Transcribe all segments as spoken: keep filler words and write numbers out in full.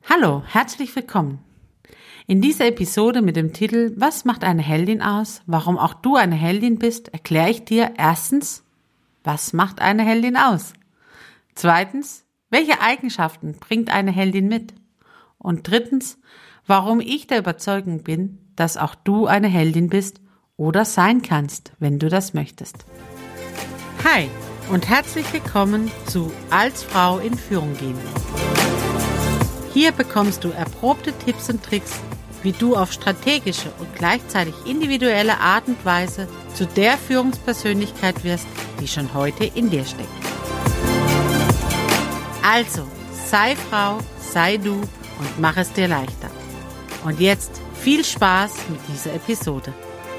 Hallo, herzlich willkommen. In dieser Episode mit dem Titel Was macht eine Heldin aus? Warum auch du eine Heldin bist, erkläre ich dir erstens, was macht eine Heldin aus? Zweitens, welche Eigenschaften bringt eine Heldin mit? Und drittens, warum ich der Überzeugung bin, dass auch du eine Heldin bist oder sein kannst, wenn du das möchtest. Hi und herzlich willkommen zu Als Frau in Führung gehen. Hier bekommst du erprobte Tipps und Tricks, wie du auf strategische und gleichzeitig individuelle Art und Weise zu der Führungspersönlichkeit wirst, die schon heute in dir steckt. Also, sei Frau, sei du und mach es dir leichter. Und jetzt viel Spaß mit dieser Episode.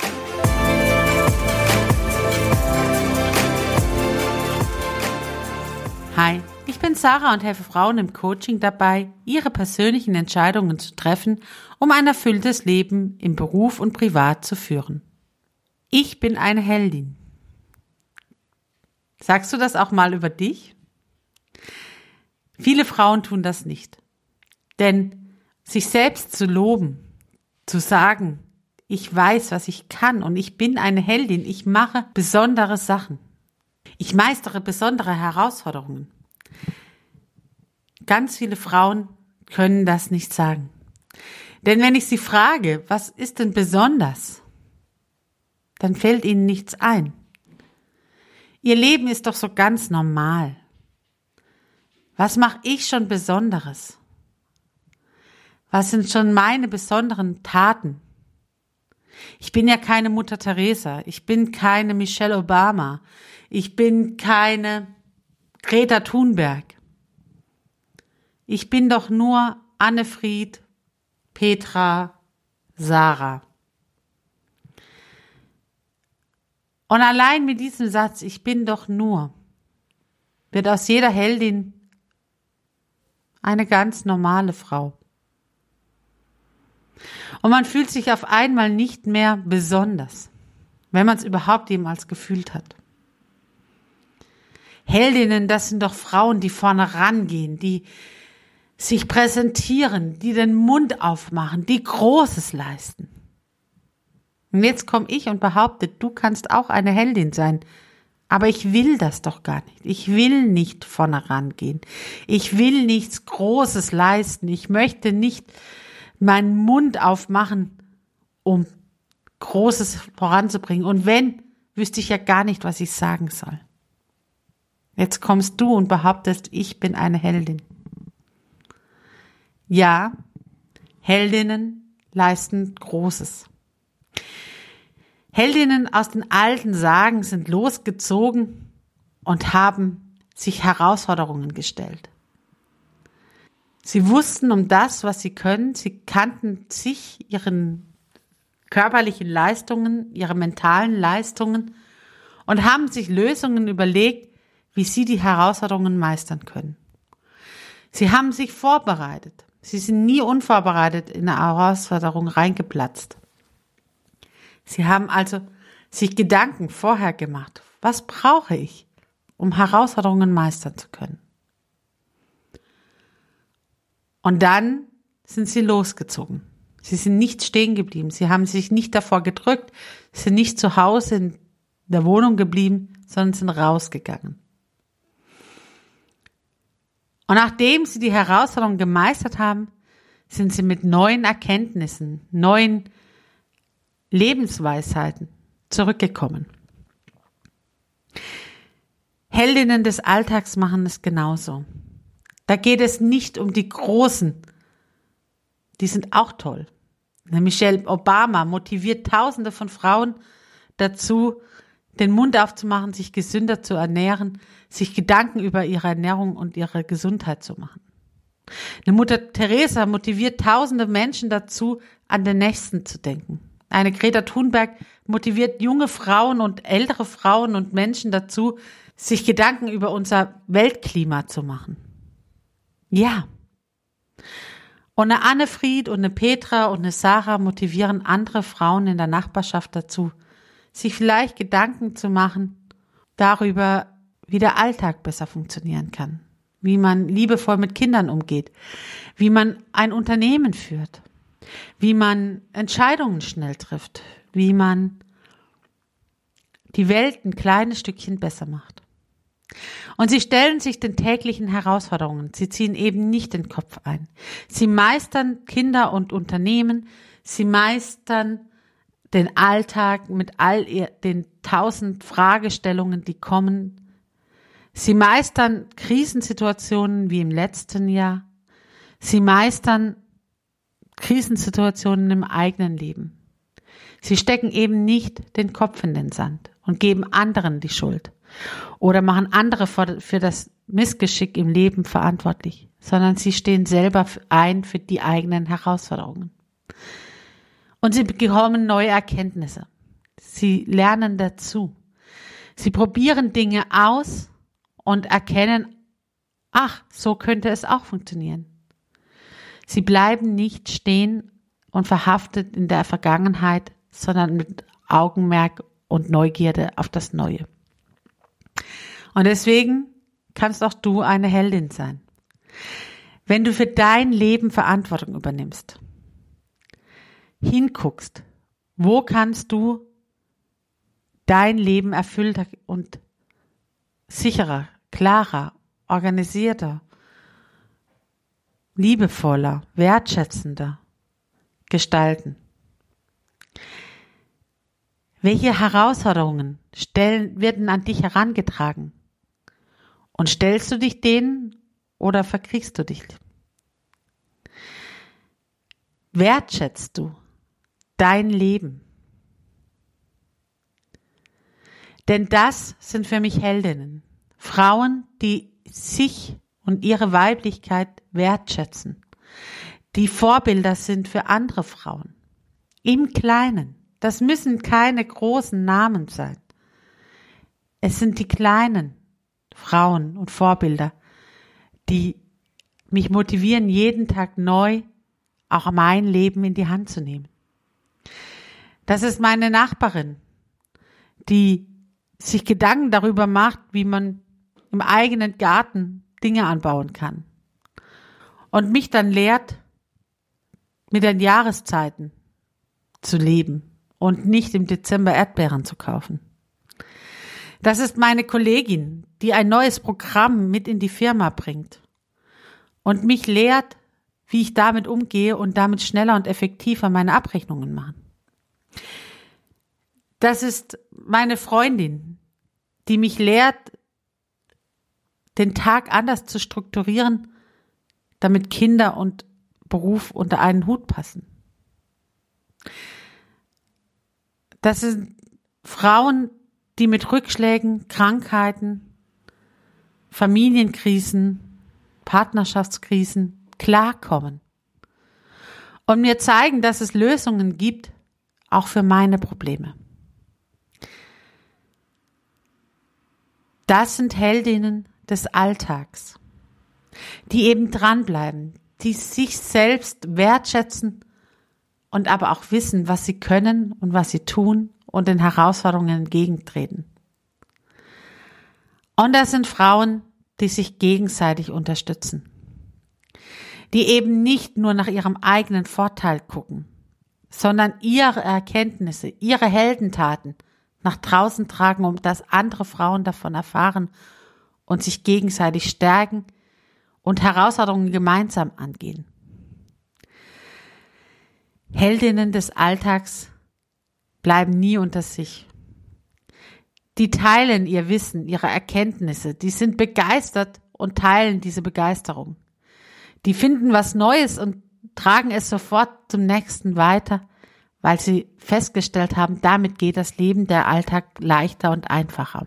Hi, ich bin Sarah und helfe Frauen im Coaching dabei, ihre persönlichen Entscheidungen zu treffen, um ein erfülltes Leben im Beruf und privat zu führen. Ich bin eine Heldin. Sagst du das auch mal über dich? Viele Frauen tun das nicht. Denn sich selbst zu loben, zu sagen, ich weiß, was ich kann und ich bin eine Heldin, ich mache besondere Sachen. Ich meistere besondere Herausforderungen. Ganz viele Frauen können das nicht sagen. Denn wenn ich sie frage, was ist denn besonders, dann fällt ihnen nichts ein. Ihr Leben ist doch so ganz normal. Was mache ich schon Besonderes? Was sind schon meine besonderen Taten? Ich bin ja keine Mutter Teresa, ich bin keine Michelle Obama, ich bin keine Greta Thunberg. Ich bin doch nur Annefried, Petra, Sarah. Und allein mit diesem Satz, ich bin doch nur, wird aus jeder Heldin eine ganz normale Frau. Und man fühlt sich auf einmal nicht mehr besonders, wenn man es überhaupt jemals gefühlt hat. Heldinnen, das sind doch Frauen, die vorne rangehen, die sich präsentieren, die den Mund aufmachen, die Großes leisten. Und jetzt komme ich und behaupte, du kannst auch eine Heldin sein. Aber ich will das doch gar nicht. Ich will nicht vorne rangehen. Ich will nichts Großes leisten. Ich möchte nicht meinen Mund aufmachen, um Großes voranzubringen. Und wenn, wüsste ich ja gar nicht, was ich sagen soll. Jetzt kommst du und behauptest, ich bin eine Heldin. Ja, Heldinnen leisten Großes. Heldinnen aus den alten Sagen sind losgezogen und haben sich Herausforderungen gestellt. Sie wussten um das, was sie können. Sie kannten sich, ihren körperlichen Leistungen, ihre mentalen Leistungen und haben sich Lösungen überlegt, wie sie die Herausforderungen meistern können. Sie haben sich vorbereitet. Sie sind nie unvorbereitet in eine Herausforderung reingeplatzt. Sie haben also sich Gedanken vorher gemacht. Was brauche ich, um Herausforderungen meistern zu können? Und dann sind sie losgezogen. Sie sind nicht stehen geblieben. Sie haben sich nicht davor gedrückt, sind nicht zu Hause in der Wohnung geblieben, sondern sind rausgegangen. Und nachdem sie die Herausforderung gemeistert haben, sind sie mit neuen Erkenntnissen, neuen Lebensweisheiten zurückgekommen. Heldinnen des Alltags machen es genauso. Da geht es nicht um die Großen. Die sind auch toll. Michelle Obama motiviert Tausende von Frauen dazu, den Mund aufzumachen, sich gesünder zu ernähren, sich Gedanken über ihre Ernährung und ihre Gesundheit zu machen. Eine Mutter Teresa motiviert tausende Menschen dazu, an den Nächsten zu denken. Eine Greta Thunberg motiviert junge Frauen und ältere Frauen und Menschen dazu, sich Gedanken über unser Weltklima zu machen. Ja. Und eine Annefried und eine Petra und eine Sarah motivieren andere Frauen in der Nachbarschaft dazu, sich vielleicht Gedanken zu machen darüber, wie der Alltag besser funktionieren kann. wie man liebevoll mit Kindern umgeht, wie man ein Unternehmen führt, wie man Entscheidungen schnell trifft, wie man die Welt ein kleines Stückchen besser macht. Und sie stellen sich den täglichen Herausforderungen. Sie ziehen eben nicht den Kopf ein. Sie meistern Kinder und Unternehmen. Sie meistern den Alltag mit all ihr, den tausend Fragestellungen, die kommen. Sie meistern Krisensituationen wie im letzten Jahr. Sie meistern Krisensituationen im eigenen Leben. Sie stecken eben nicht den Kopf in den Sand und geben anderen die Schuld oder machen andere für das Missgeschick im Leben verantwortlich, sondern sie stehen selber ein für die eigenen Herausforderungen. Und sie bekommen neue Erkenntnisse. Sie lernen dazu. Sie probieren Dinge aus und erkennen, ach, so könnte es auch funktionieren. Sie bleiben nicht stehen und verhaftet in der Vergangenheit, sondern mit Augenmerk und Neugierde auf das Neue. Und deswegen kannst auch du eine Heldin sein. Wenn du für dein Leben Verantwortung übernimmst, hinguckst, wo kannst du dein Leben erfüllter und sicherer, klarer, organisierter, liebevoller, wertschätzender gestalten. Welche Herausforderungen stellen, werden an dich herangetragen? Und stellst du dich denen oder verkriegst du dich? Wertschätzt du dein Leben? Denn das sind für mich Heldinnen. Frauen, die sich und ihre Weiblichkeit wertschätzen. Die Vorbilder sind für andere Frauen. Im Kleinen. Das müssen keine großen Namen sein. Es sind die kleinen Frauen und Vorbilder, die mich motivieren, jeden Tag neu auch mein Leben in die Hand zu nehmen. Das ist meine Nachbarin, die sich Gedanken darüber macht, wie man im eigenen Garten Dinge anbauen kann. Und mich dann lehrt, mit den Jahreszeiten zu leben und nicht im Dezember Erdbeeren zu kaufen. Das ist meine Kollegin, die ein neues Programm mit in die Firma bringt und mich lehrt, wie ich damit umgehe und damit schneller und effektiver meine Abrechnungen mache. Das ist meine Freundin, die mich lehrt, den Tag anders zu strukturieren, damit Kinder und Beruf unter einen Hut passen. Das sind Frauen, die mit Rückschlägen, Krankheiten, Familienkrisen, Partnerschaftskrisen klarkommen und mir zeigen, dass es Lösungen gibt, auch für meine Probleme. Das sind Heldinnen des Alltags, die eben dranbleiben, die sich selbst wertschätzen und aber auch wissen, was sie können und was sie tun und den Herausforderungen entgegentreten. Und das sind Frauen, die sich gegenseitig unterstützen, die eben nicht nur nach ihrem eigenen Vorteil gucken, sondern ihre Erkenntnisse, ihre Heldentaten nach draußen tragen, um dass andere Frauen davon erfahren und sich gegenseitig stärken und Herausforderungen gemeinsam angehen. Heldinnen des Alltags bleiben nie unter sich. Die teilen ihr Wissen, ihre Erkenntnisse, die sind begeistert und teilen diese Begeisterung. Die finden was Neues und tragen es sofort zum nächsten weiter, weil sie festgestellt haben, damit geht das Leben, der Alltag leichter und einfacher.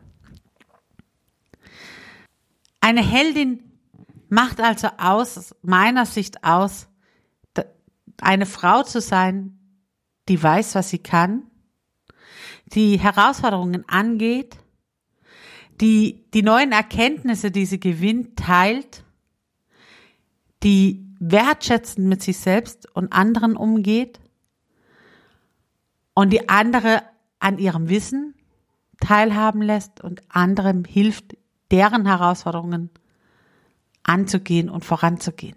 Eine Heldin macht also aus meiner Sicht aus, eine Frau zu sein, die weiß, was sie kann, die Herausforderungen angeht, die die neuen Erkenntnisse, die sie gewinnt, teilt, die wertschätzend mit sich selbst und anderen umgeht und die andere an ihrem Wissen teilhaben lässt und anderem hilft, deren Herausforderungen anzugehen und voranzugehen.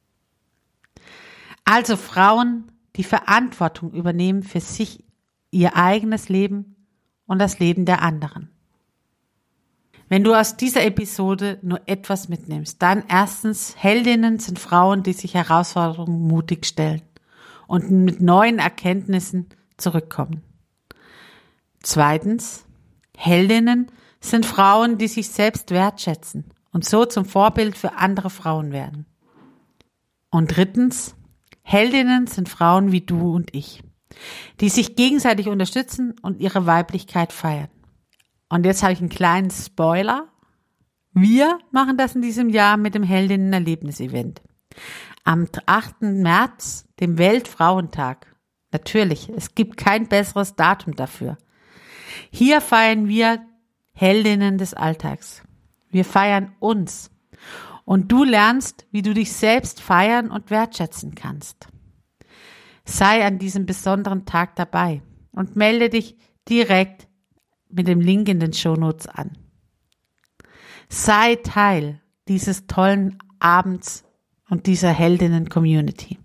Also Frauen, die Verantwortung übernehmen für sich, ihr eigenes Leben und das Leben der anderen. Wenn du aus dieser Episode nur etwas mitnimmst, dann erstens, Heldinnen sind Frauen, die sich Herausforderungen mutig stellen und mit neuen Erkenntnissen zurückkommen. Zweitens, Heldinnen sind Frauen, die sich selbst wertschätzen und so zum Vorbild für andere Frauen werden. Und drittens, Heldinnen sind Frauen wie du und ich, die sich gegenseitig unterstützen und ihre Weiblichkeit feiern. Und jetzt habe ich einen kleinen Spoiler. Wir machen das in diesem Jahr mit dem Heldinnen-Erlebnis-Event. Am achten März, dem Weltfrauentag. Natürlich, es gibt kein besseres Datum dafür. Hier feiern wir Heldinnen des Alltags. Wir feiern uns. Und du lernst, wie du dich selbst feiern und wertschätzen kannst. Sei an diesem besonderen Tag dabei und melde dich direkt mit dem Link in den Shownotes an. Sei Teil dieses tollen Abends und dieser Heldinnen-Community.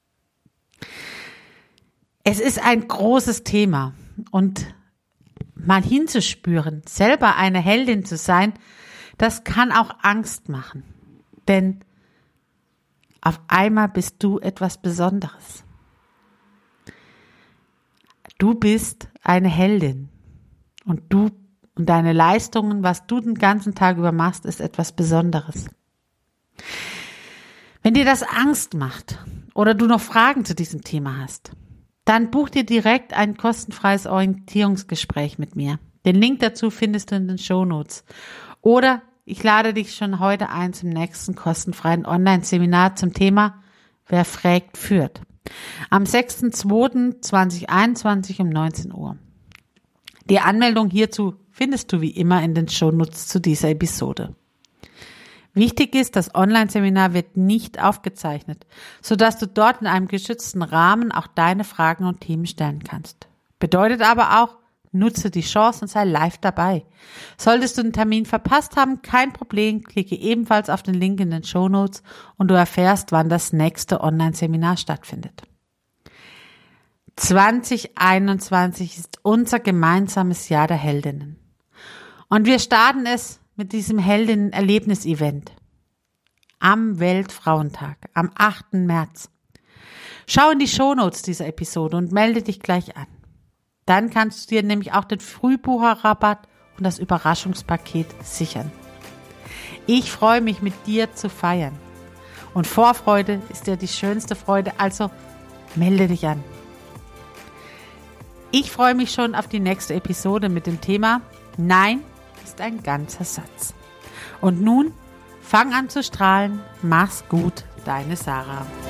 Es ist ein großes Thema und mal hinzuspüren, selber eine Heldin zu sein, das kann auch Angst machen. Denn auf einmal bist du etwas Besonderes. Du bist eine Heldin. Und du und deine Leistungen, was du den ganzen Tag über machst, ist etwas Besonderes. Wenn dir das Angst macht oder du noch Fragen zu diesem Thema hast, dann buch dir direkt ein kostenfreies Orientierungsgespräch mit mir. Den Link dazu findest du in den Shownotes. Oder ich lade dich schon heute ein zum nächsten kostenfreien Online-Seminar zum Thema Wer fragt, führt. Am sechster zweiter zweitausendeinundzwanzig um neunzehn Uhr. Die Anmeldung hierzu findest du wie immer in den Shownotes zu dieser Episode. Wichtig ist, das Online-Seminar wird nicht aufgezeichnet, sodass du dort in einem geschützten Rahmen auch deine Fragen und Themen stellen kannst. Bedeutet aber auch, nutze die Chance und sei live dabei. Solltest du den Termin verpasst haben, kein Problem, klicke ebenfalls auf den Link in den Shownotes und du erfährst, wann das nächste Online-Seminar stattfindet. zwanzig einundzwanzig ist unser gemeinsames Jahr der Heldinnen. Und wir starten es mit diesem Heldinnen-Erlebnis-Event am Weltfrauentag, am achten März. Schau in die Shownotes dieser Episode und melde dich gleich an. Dann kannst du dir nämlich auch den Frühbucherrabatt und das Überraschungspaket sichern. Ich freue mich, mit dir zu feiern. Und Vorfreude ist ja die schönste Freude, also melde dich an. Ich freue mich schon auf die nächste Episode mit dem Thema Nein ist ein ganzer Satz. Und nun, fang an zu strahlen, mach's gut, deine Sarah.